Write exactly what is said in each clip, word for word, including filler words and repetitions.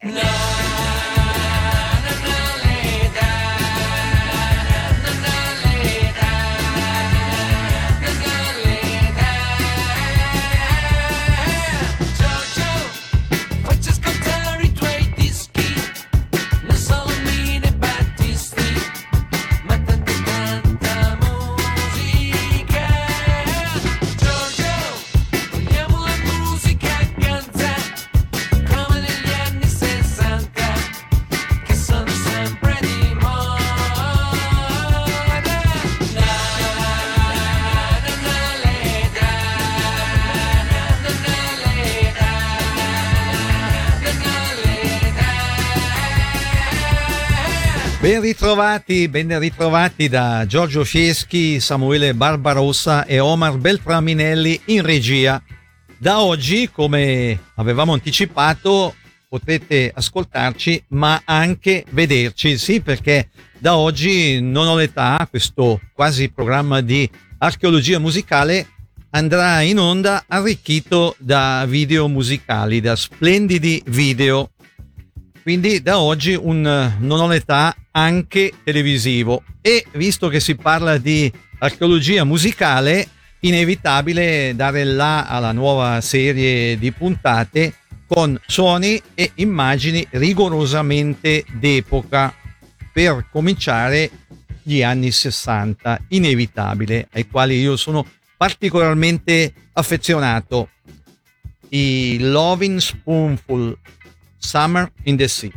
Ben ritrovati, ben ritrovati da Giorgio Fieschi, Samuele Barbarossa e Omar Beltraminelli in regia. Da oggi, come avevamo anticipato, potrete ascoltarci ma anche vederci, sì, perché da oggi Non ho l'età, questo quasi programma di archeologia musicale, andrà in onda arricchito da video musicali, da splendidi video. Quindi da oggi un Non ho l'età anche televisivo, e visto che si parla di archeologia musicale, inevitabile dare là alla nuova serie di puntate con suoni e immagini rigorosamente d'epoca, per cominciare gli anni sessanta, inevitabile, ai quali io sono particolarmente affezionato. I Lovin' Spoonful, Summer in the Sea.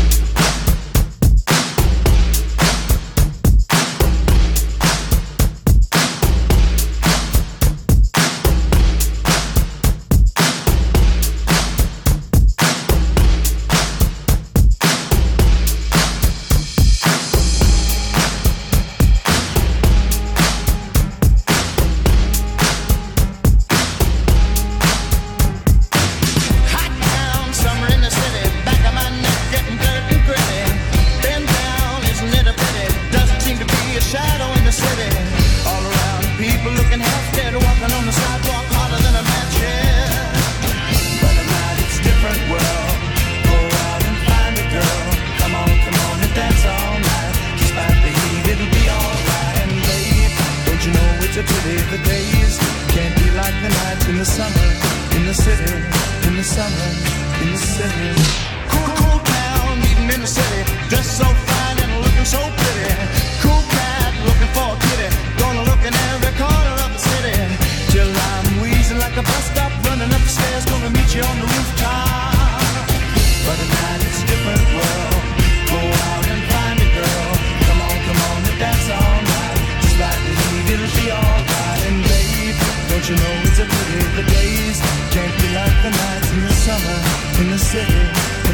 You know it's a pity the days can't be like the nights in the summer in the city.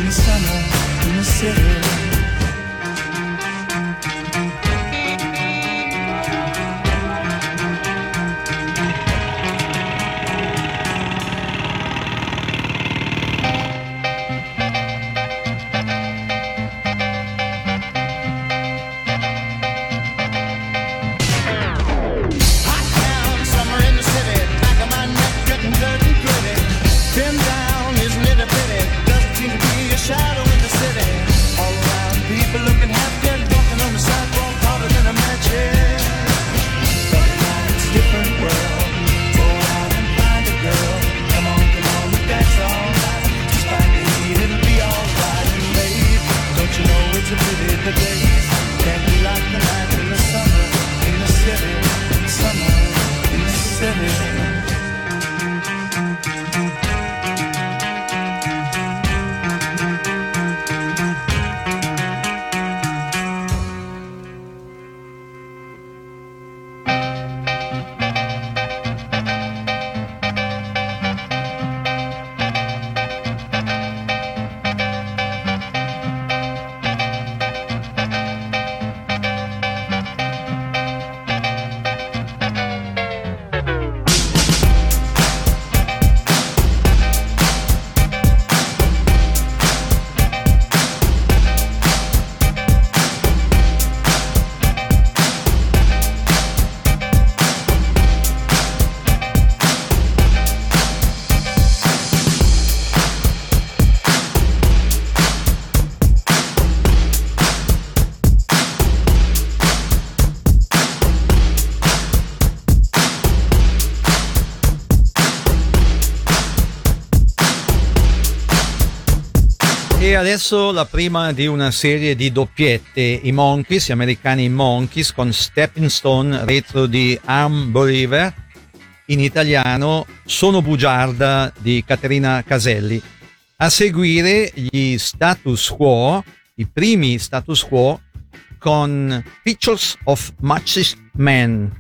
E adesso la prima di una serie di doppiette, i Monkees, gli americani Monkees, con Stepping Stone, retro di Unbeliever, in italiano Sono bugiarda di Caterina Caselli. A seguire gli Status Quo, i primi Status Quo, con Pictures of Matchless Men.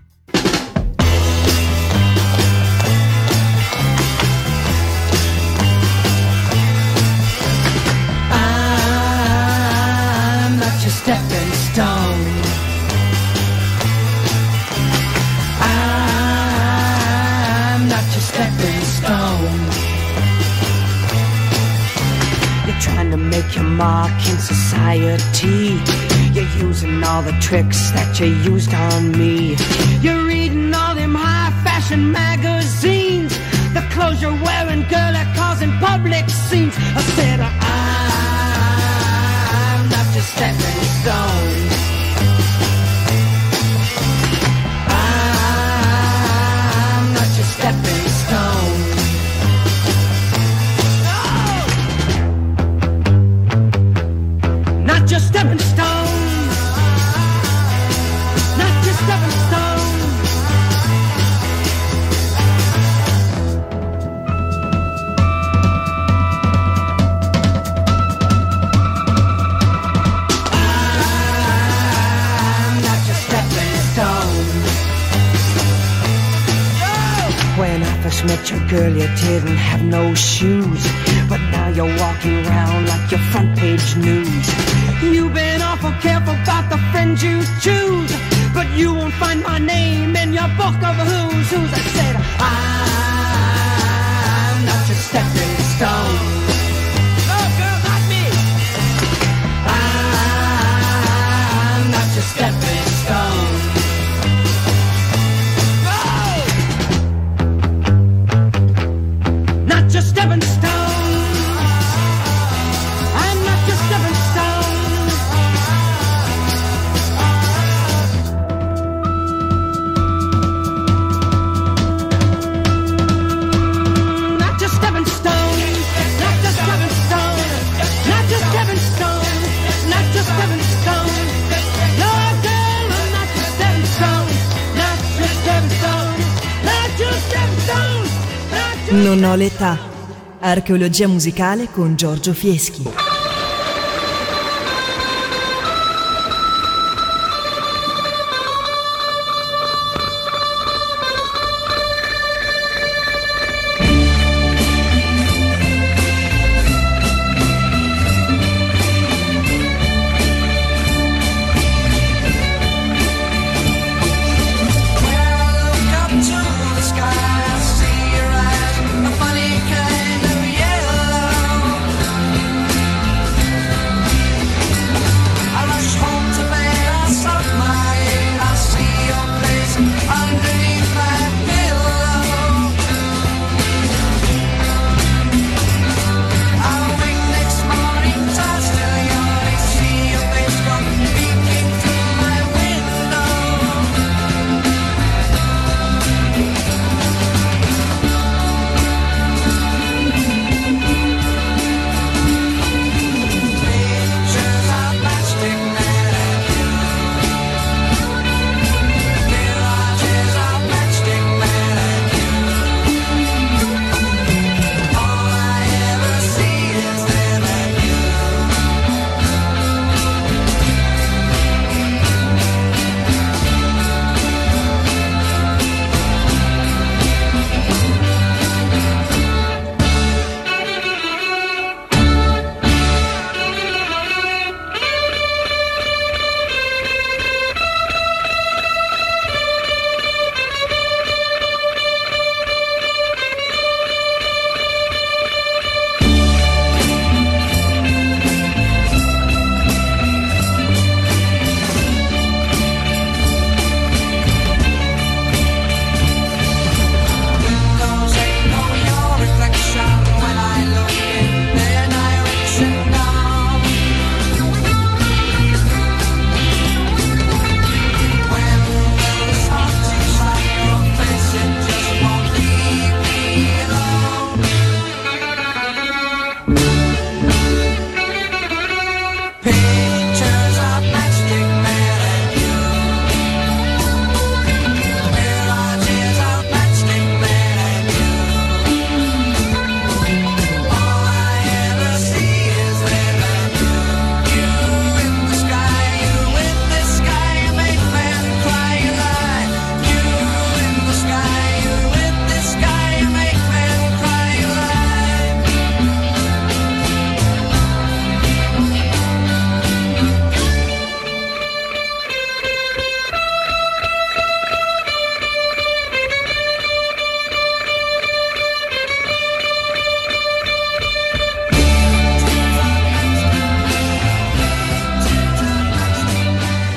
Stepping stone. I'm not your stepping stone. You're trying to make your mark in society. You're using all the tricks that you used on me. You're reading all them high fashion magazines. The clothes you're wearing, girl, are causing public scenes. I said I'm not your stepping stone. I'm not your stepping stone. No! Not your stepping stone. Not your stepping stone. When I first met your girl, you didn't have no shoes, but now you're walking around like your front page news. You've been awful careful about the friends you choose, but you won't find my name in your book of who's who's. I said I'm not your stepping stone. No, girl, not me. I'm not your stepping stone. Just stepping stone. I'm not just stepping stone. Not just stepping stone. Not just stepping stone. Not just stepping stone. Not just stepping stone. No, girl, I'm not just stepping stone. Not just stepping stone. Not just stepping stone. Non ho l'età. Archeologia musicale con Giorgio Fieschi.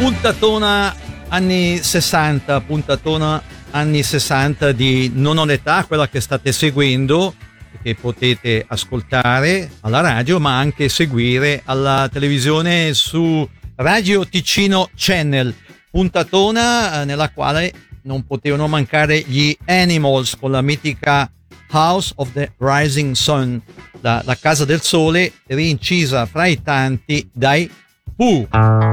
puntatona anni sessanta, puntatona anni sessanta di Non ho l'età, quella che state seguendo, che potete ascoltare alla radio ma anche seguire alla televisione su Radio Ticino Channel, puntatona nella quale non potevano mancare gli Animals con la mitica House of the Rising Sun, la, la casa del sole, rincisa fra i tanti dai Pooh.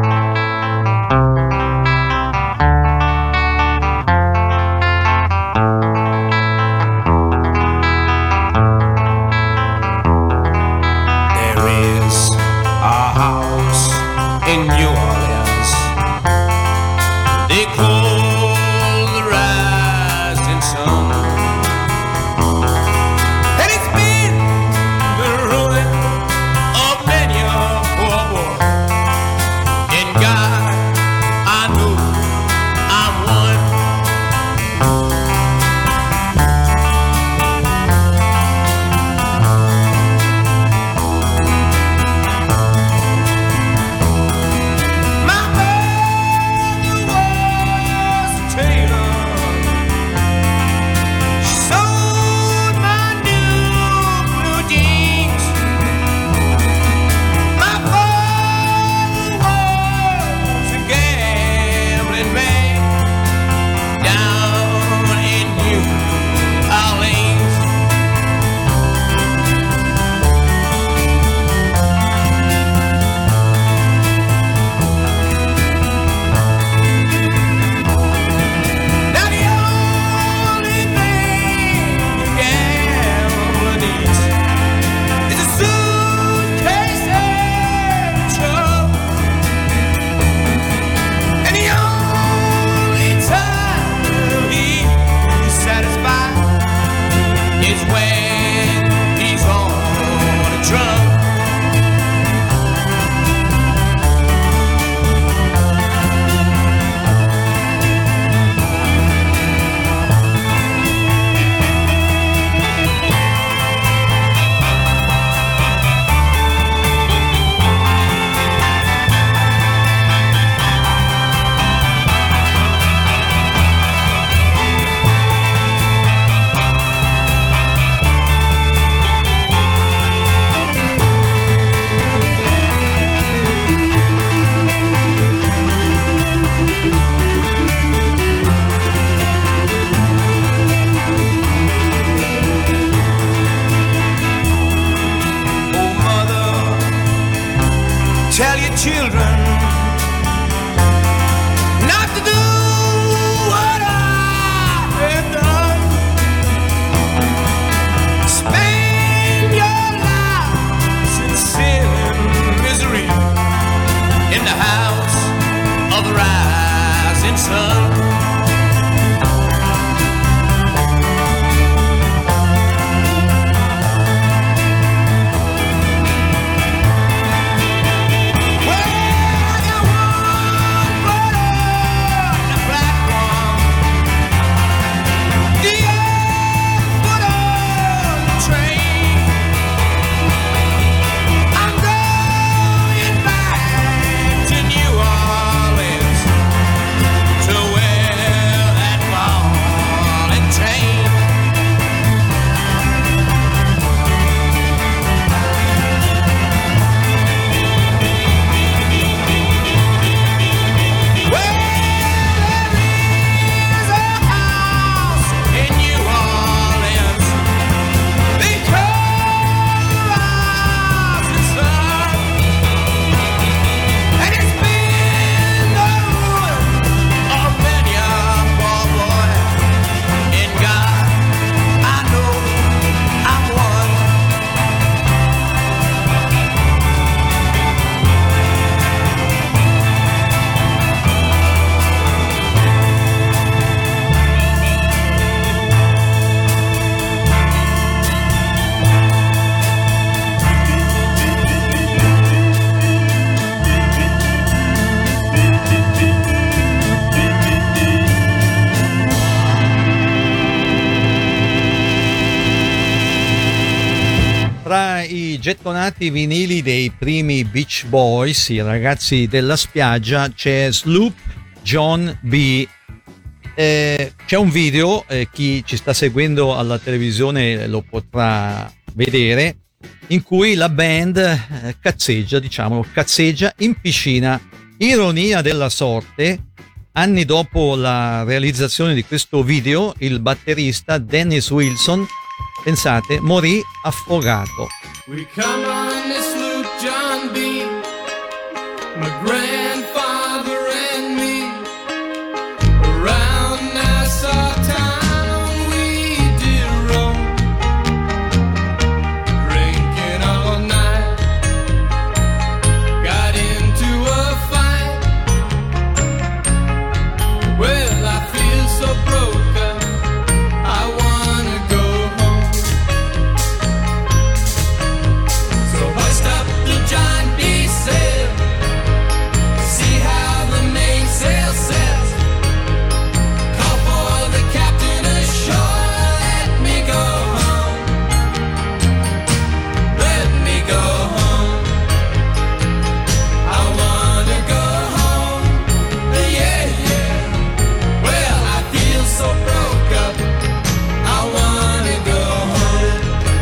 In New Orleans, they call the rising sun, and it's been the ruin of many a poor boy. In God, I know I'm one. Tell your children not to do what I have done. Spend your lives in sin and misery in the house of the rising sun. Well, i gettonati vinili dei primi Beach Boys, i ragazzi della spiaggia, c'è Sloop John B. Eh, c'è un video, eh, chi ci sta seguendo alla televisione lo potrà vedere, in cui la band eh, cazzeggia, diciamo, cazzeggia in piscina. Ironia della sorte, anni dopo la realizzazione di questo video, il batterista Dennis Wilson, pensate, morì affogato. We come on this sloop, John B. My grandfather and me. Around Nassau town we did roam, drinking all night. Got into a fight. Well, I feel so broken, I wanna go home. So hoist up the John B. sail, see how the mainsail sets. Call for the captain ashore, let me go home. Let me go home. I wanna go home. Yeah, yeah. Well, I feel so broke up, I wanna go home.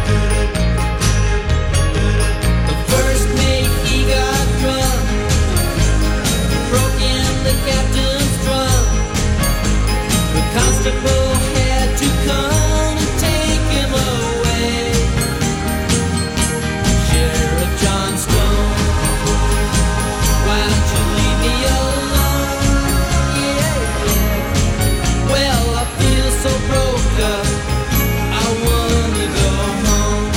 The first mate, he got drunk, broke in the captain's trunk. The constable had to come and take him away. Sheriff John Stone, why don't you leave me alone? Yeah, yeah. Well, I feel so broke up, I wanna go home.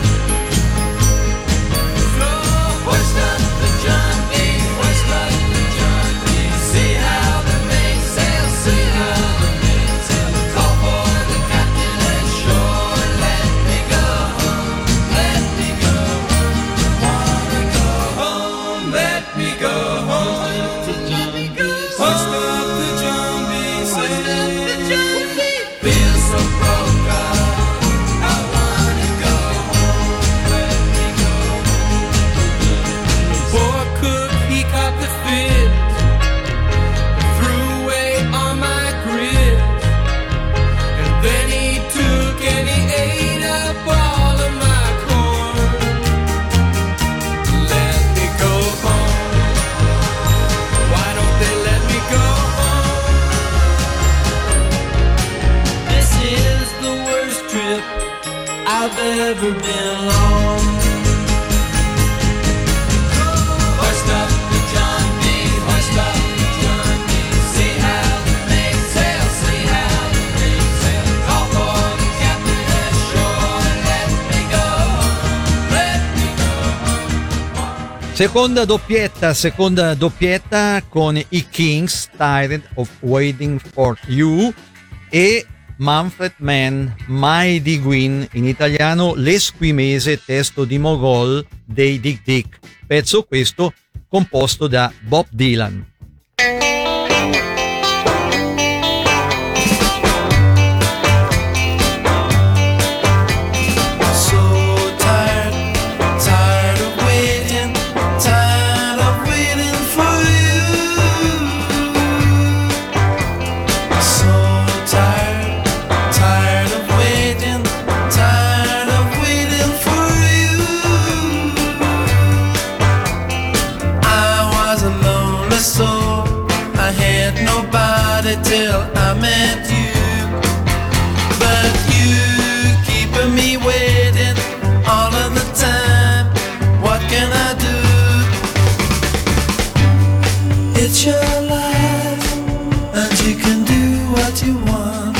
So hoist up the John B, hoist up the John B. See how the mainsail, see how the mainsail. Call for the captain ashore, let me go home, let me go home. Wanna go home, let me go home. Hoist up the John B, hoist up the John B. Feel so broke up, I wanna go home, let me go home. Poor cook, he caught the fit, threw away all my grit, and then he took and he ate up all of my corn. Let me go home. Why don't they let me go home? This is the worst trip I've ever been on. Hoist up the John B, hoist up the John B. See how the mainsail, see how the mainsail. Call for the captain ashore, let me go home, let me go home. Seconda doppietta, seconda doppietta con i Kings, Tired of Waiting for You, e Manfred Mann, Mighty Gwyn, in italiano L'esquimese, testo di Mogol dei Dick Dick, pezzo questo composto da Bob Dylan. So tired, tired of waiting, tired of waiting for you. So tired, tired of waiting, tired of waiting for you. I was a lonely soul, I had nobody till I met you. But you keeping me waiting all of the time. What can I do? It's your life, and you can do what you want.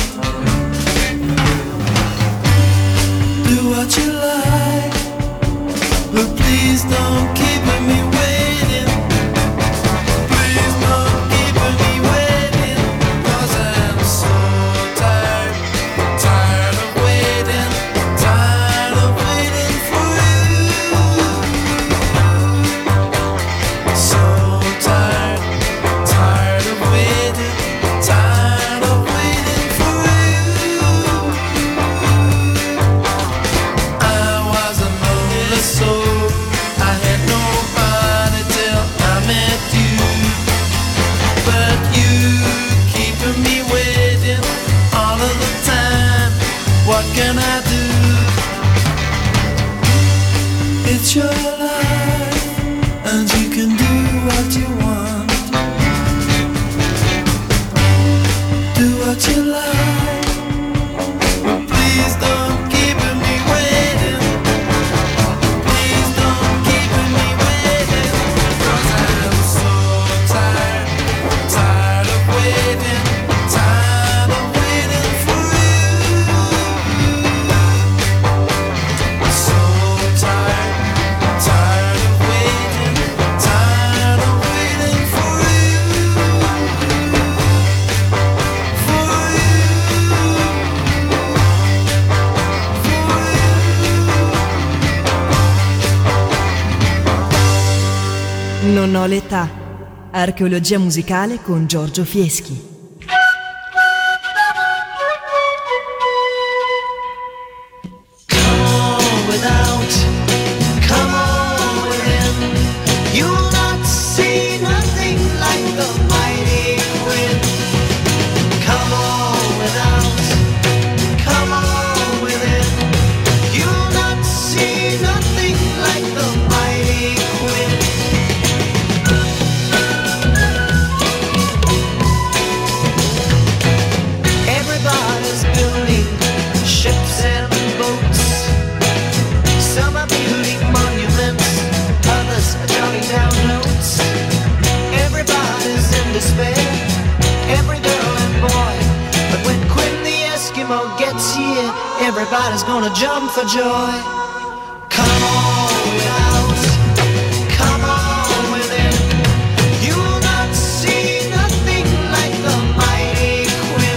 Do what you like, but please don't keep me waiting. Please don't keep me waiting, 'cause I'm so tired, tired of waiting, tired of waiting for you. So tired, tired of waiting, tired of waiting for you. I was a lonely soul, soul. I had nobody till I met you, but you keeping me waiting all of the time. What can I do? It's your life, and you can do what you want. Do what you like. Please don't keep me waiting. Please don't keep me waiting. 'Cause I'm so tired, tired of waiting, tired of waiting for you. So tired, tired of waiting, tired of waiting for you. For you. Non ho l'età. Archeologia musicale con Giorgio Fieschi. Come on without, come on within. You'll not see nothing like the mighty Quinn. Come on without, come on within. You'll not see nothing like the mighty Quinn. Everybody's building ships and boats. Some are building monuments, others are jotting down notes. Everybody's in despair, every girl and boy. But when Quinn the Eskimo gets here, everybody's gonna jump for joy. Come on without, come on within. You'll not see nothing like the mighty Quinn.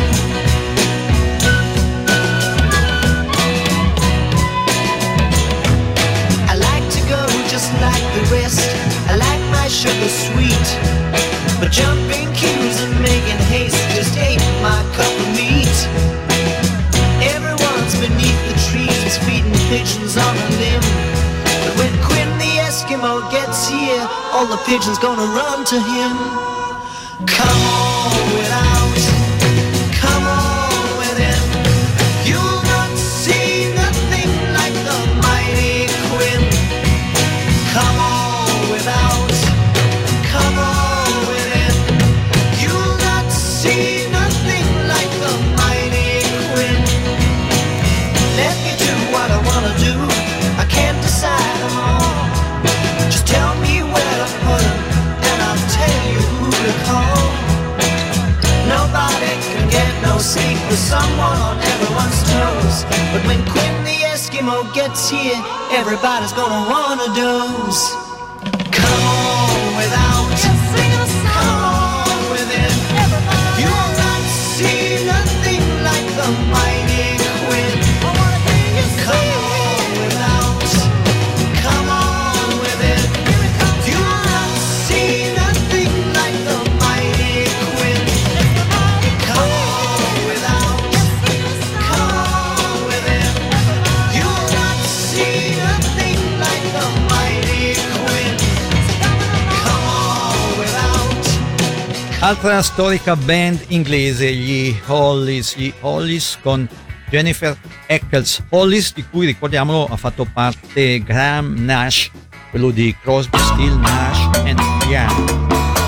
I like to go just like the rest. I like my sugar sweet, but jumping queues and making haste just ain't my cup of meat. Everyone's beneath the trees feeding pigeons on a limb. But when Quinn the Eskimo gets here, all the pigeons gonna run to him. Come on without, come on within. You'll not see nothing like the mighty Quinn. Come on without, come on within. You'll not see nothing like the mighty Quinn. Let me do what I wanna do. I can't decide them all. Just tell me where to put 'em, and I'll tell you who to call. Nobody can get no sleep with someone on everyone's toes. But when Quinn the Eskimo gets here, everybody's gonna wanna doze. Come on without, come on within. You'll not see nothing like the mighty Quinn. Come on without, come on within. You'll not see nothing like the mighty Quinn. Come on without, come on within. You'll not see nothing like the mighty Quinn. Come on without. Altra storica band inglese, gli Hollies, gli Hollies con Jennifer Eccles. Hollies, di cui ricordiamolo ha fatto parte Graham Nash, quello di Crosby, Still, Nash and Young.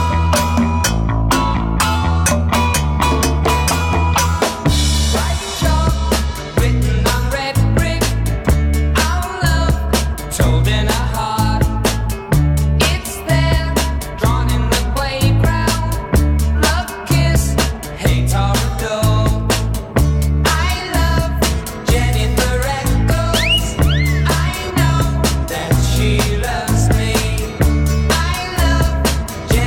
Written on red brick, our love told in a heart. It's there, drawn in the playground. Love, kiss, hate or adore. I love Jennifer Eccles. I know that she loves me. I love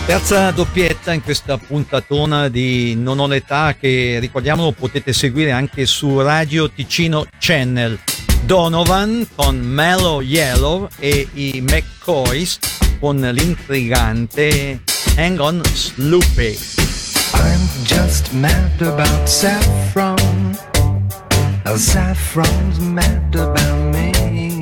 Terza doppietta in questa puntatona di Non ho l'età, che ricordiamolo potete seguire anche su Radio Ticino Channel. Donovan con Mellow Yellow e i McCoys con l'intrigante Hang On Sloopy. I'm just mad about saffron. Saffron's mad about me.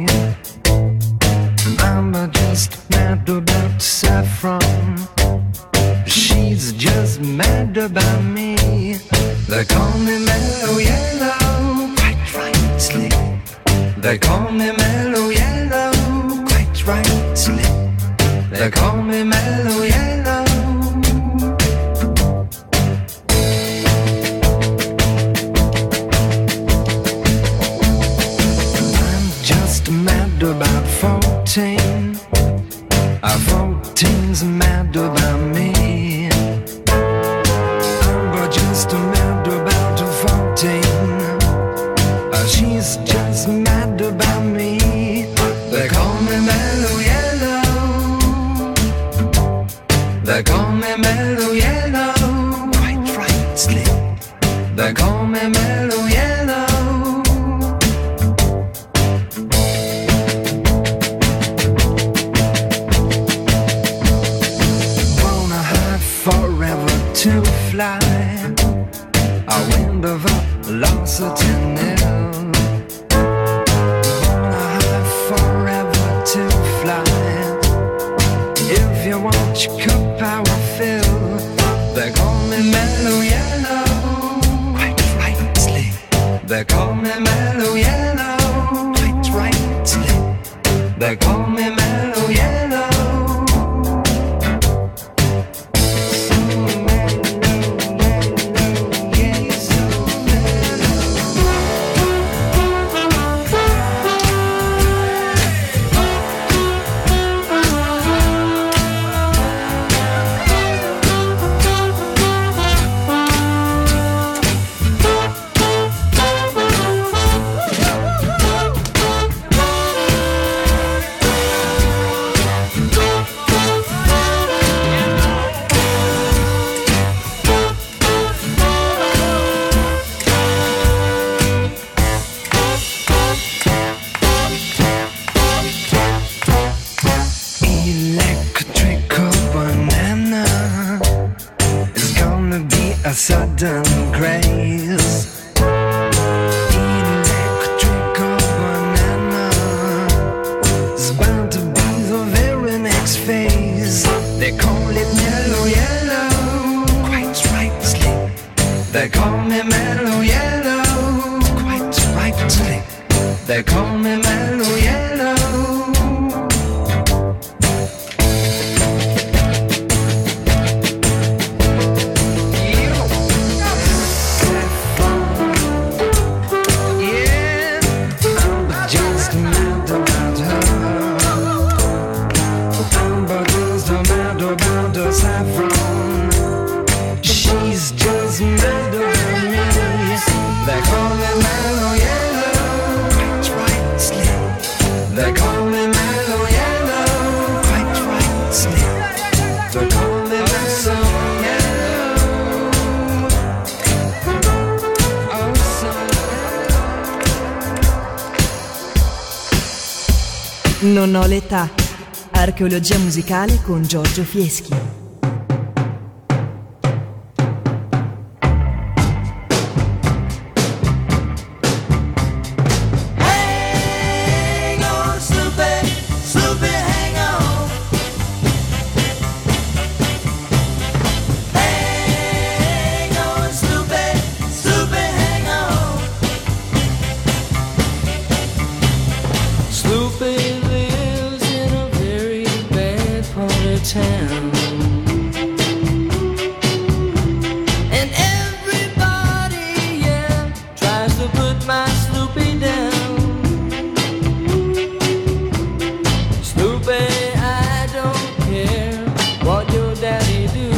I'm just mad about saffron. She's just mad about me. They call me Mellow Yellow, quite rightly. They call me Mellow Yellow, quite rightly. They call me Mellow Yellow. I'm just mad about fourteen. Uh, fourteen's mad about me. I'm just mad about fourteen. Uh, she's just mad about me. They call me Mellow Yellow. They call me Mellow Yellow, quite rightly. They call me Mellow Yellow. Wanna have forever to fly. I wind of velocity nil. Wanna have forever to fly. If you want your cup, I will fill. They call me Mellow Yellow, quite rightly. They call me Mellow Yellow, quite rightly. They call me Mellow Yellow. Electrical banana is gonna be a sudden grace. Electrical banana is bound to be the very next phase. They call it Mellow Yellow, quite rightly. They call me Mellow Yellow, quite rightly. They call me Mellow Yellow. She's just mad about me. They call me Mellow Yellow, quite rightly. They call me Mellow Yellow, quite rightly. They call me Mellow Yellow. Oh, so Non ho l'età. Archeologia musicale con Giorgio Fieschi. Hang on, Sloopy, Sloopy, hang on. Hang on, Sloopy, Sloopy, hang on. Sloopy lives in a very bad part of town. And everybody, yeah, tries to put my Sloopy down. Sloopy, I don't care what your daddy do.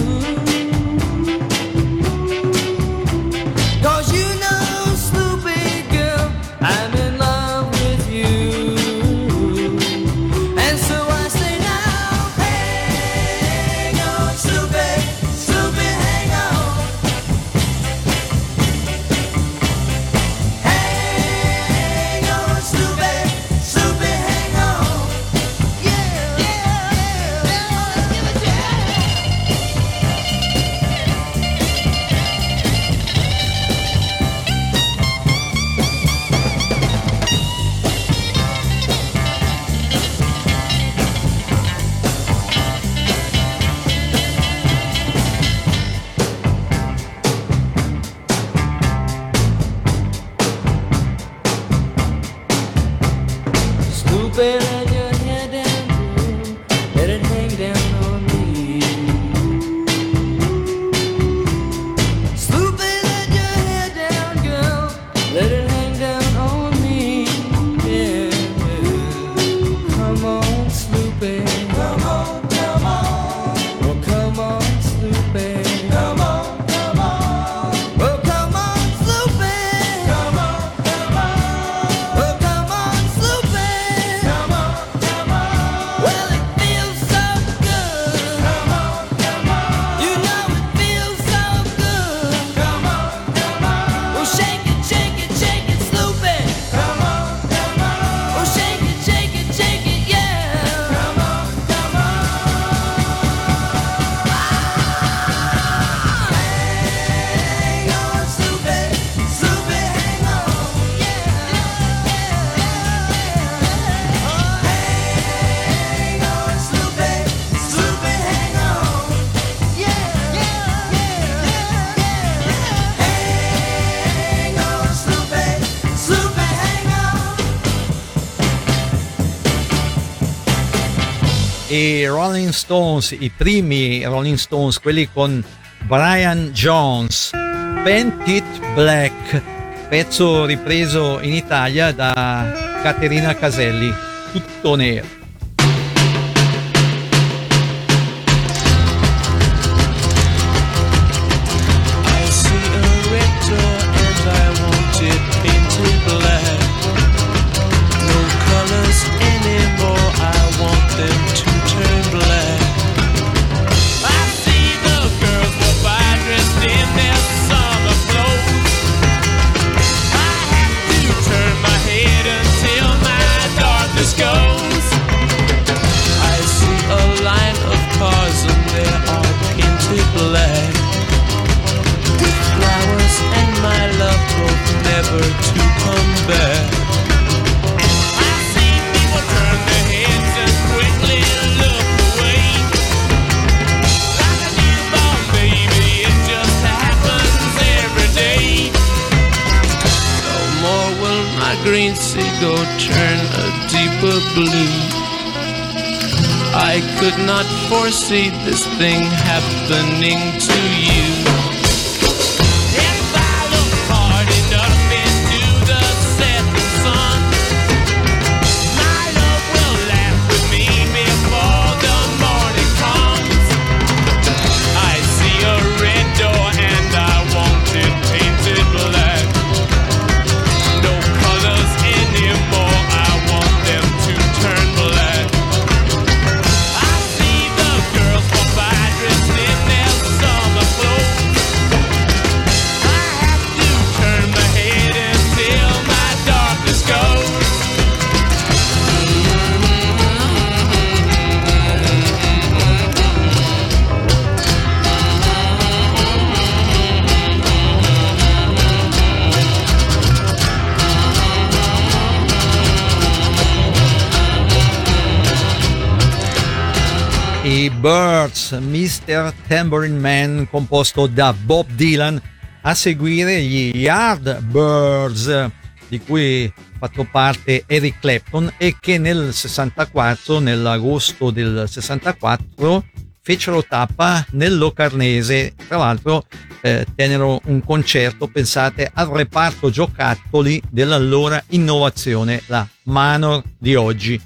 'Cause you know, Sloopy girl, I'm in love with you. And so I say now, hang on, Sloopy. i Rolling Stones, i primi Rolling Stones, quelli con Brian Jones, Paint It Black, pezzo ripreso in Italia da Caterina Caselli, tutto nero. Never to come back. I see people turn their heads and quickly look away. Like a newborn baby, it just happens every day. No more will my green seagull turn a deeper blue. I could not foresee this thing happening to you. I Byrds, mister Tambourine Man, composto da Bob Dylan. A seguire gli Yardbirds, di cui ha fatto parte Eric Clapton e che nel sessantaquattro, nell'agosto del sessantaquattro, fecero tappa nel Locarnese. Tra l'altro eh, tennero un concerto, pensate, al reparto giocattoli dell'allora innovazione, la Manor di oggi.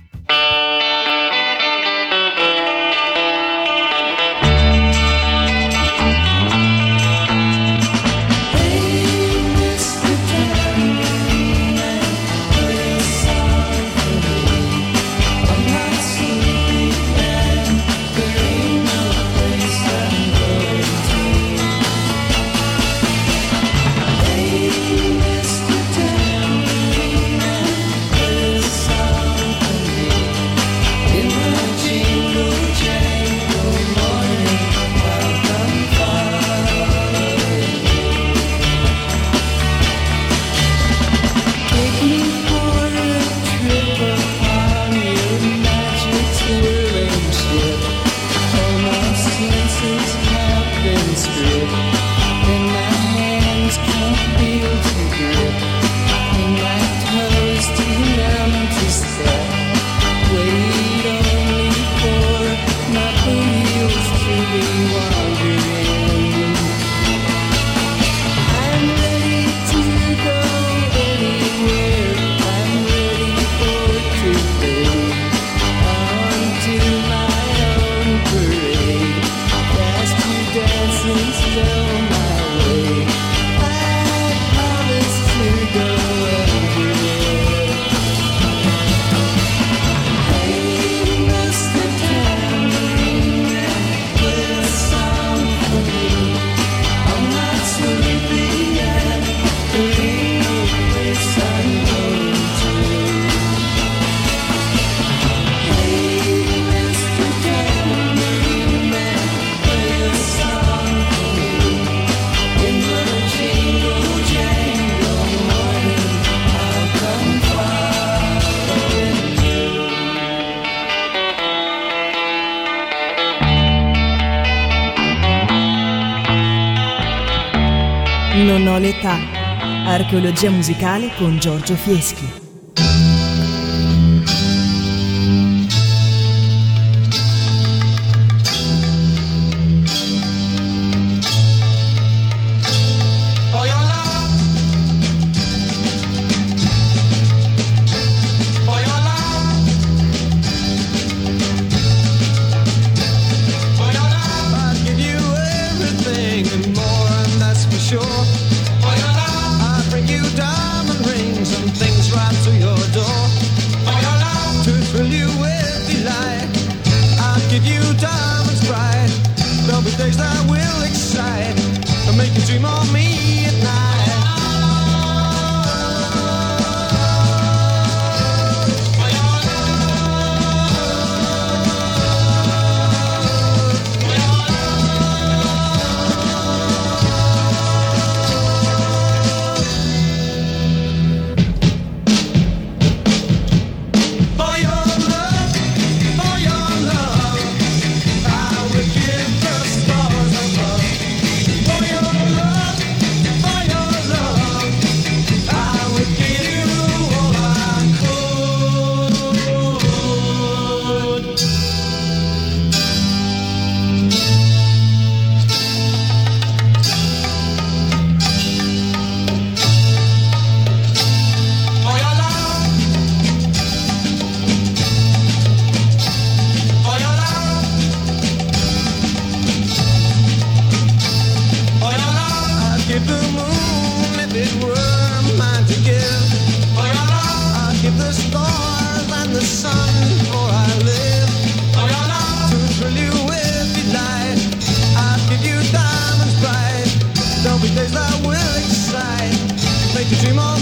Non ho l'età. Archeologia musicale con Giorgio Fieschi.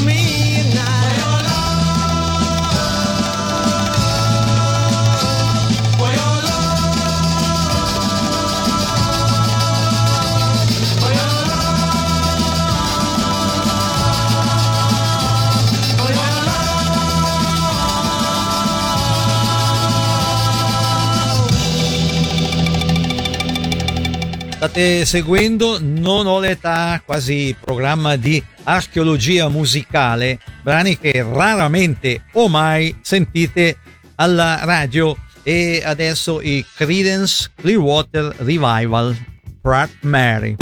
me now. For your love, for your love, for your State seguendo Non ho l'età, quasi programma di archeologia musicale, brani che raramente o mai sentite alla radio. E adesso i Creedence Clearwater Revival, Pratt Mary.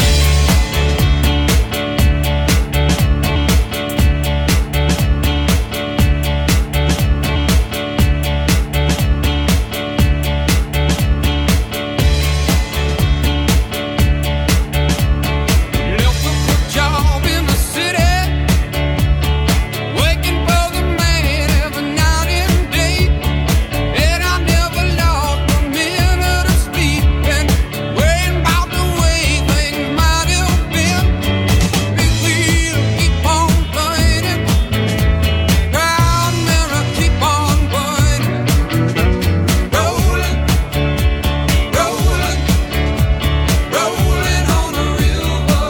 Job in the city, waking for the man every night and day, and I never lost a minute of sleep, and worrying about the way things might have been. Big wheel keep on turning, proud mirror keep on burning, rolling, rolling, rolling on the river.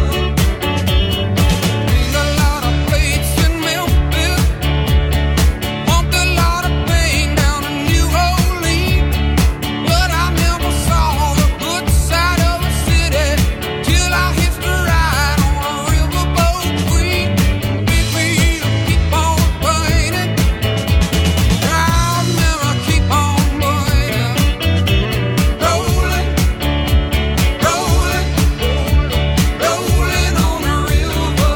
Seen a lot of plates in Memphis, pumped a lot of pain down in New Orleans, but I never saw the good side of the city till I hitched a ride on a riverboat queen. Big wheel keep on burning, proud mirror keep on burning, rolling, rolling, rolling on the river.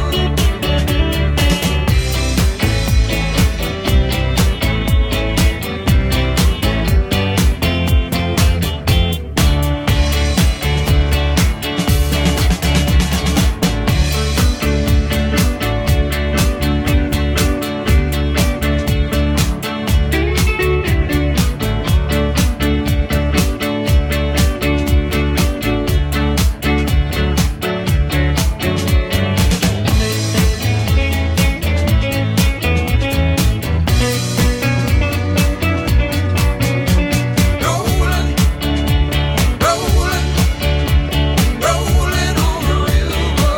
Rolling, rolling, rolling on the river.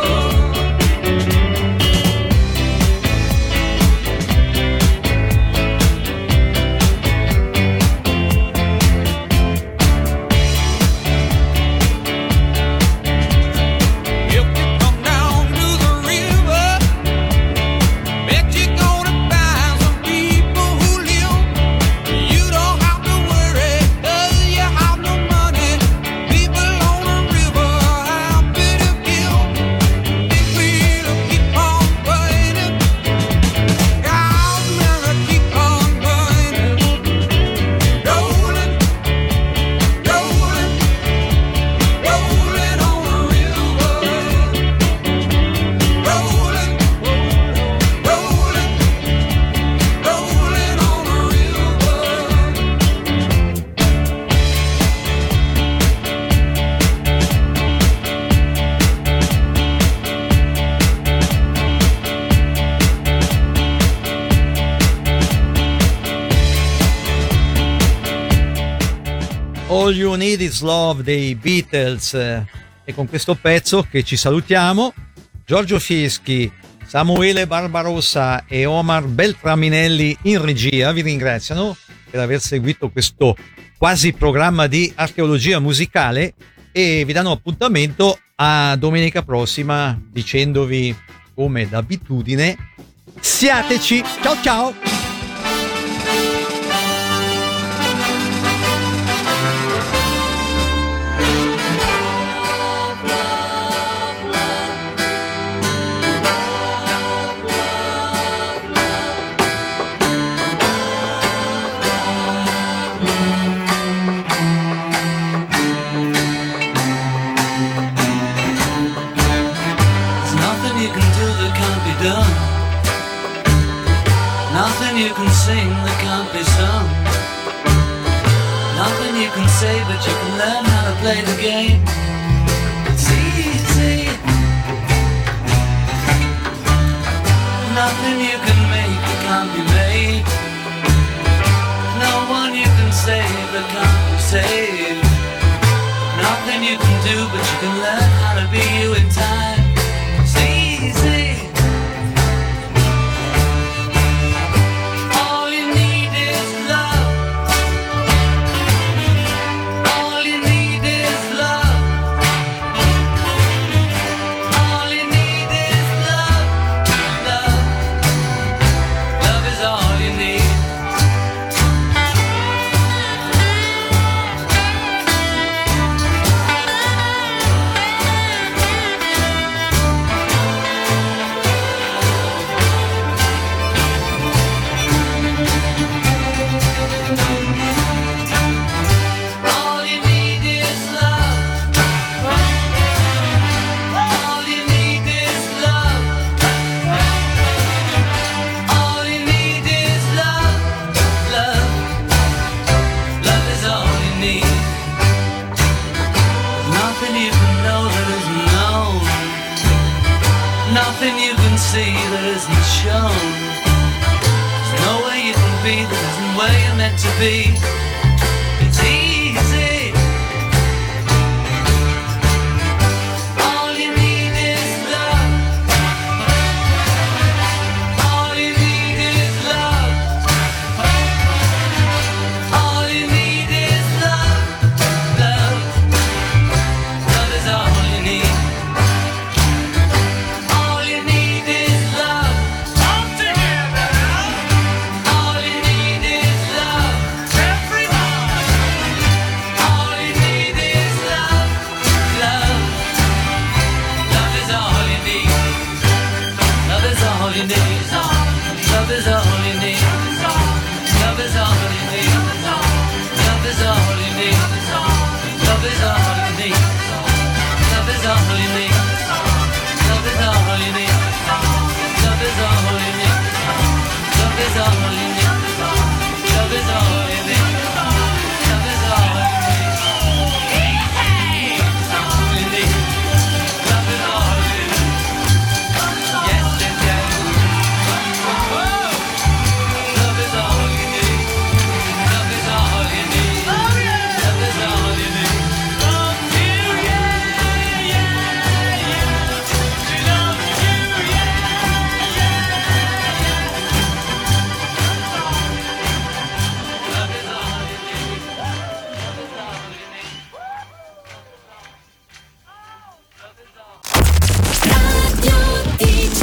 If you come down to the river, bet you're gonna find some people who live. You don't have to worry, 'cause you have no money. People on the river happy to give. Big wheel keep on burning, proud mirror keep on burning, rolling, rolling, rolling on the river, rolling, rolling, rolling on the river. All You Need Is Love dei Beatles, eh, e con questo pezzo che ci salutiamo. Giorgio Fieschi, Samuele Barbarossa e Omar Beltraminelli in regia vi ringraziano per aver seguito questo quasi programma di archeologia musicale e vi danno appuntamento a domenica prossima dicendovi, come d'abitudine, siateci, ciao ciao! There's nothing you can do that can't be done. Nothing you can sing that can't be sung. Nothing you can say, but you can learn how to play the game. It's easy. Nothing you can make that can't be made. No one you can save that can't be saved. Nothing you can do, but you can learn how to be you in time. It's easy. All you need is love. All you need is love. All you need is love. Love. Love is all you need. All you need is love. All you need is love. All you need is love. Love. Love is all you need. Nothing you can know that isn't known. Nothing you can see that isn't shown. There's no way you can be that isn't where you're meant to be. It's easy. All you need is love. All you need is love. All you need is love. Love. Love is all you need. All you need is love. All together. All you need is love. Everybody. All you need is love. Love. Love is all you need. Love is all you need. Love is all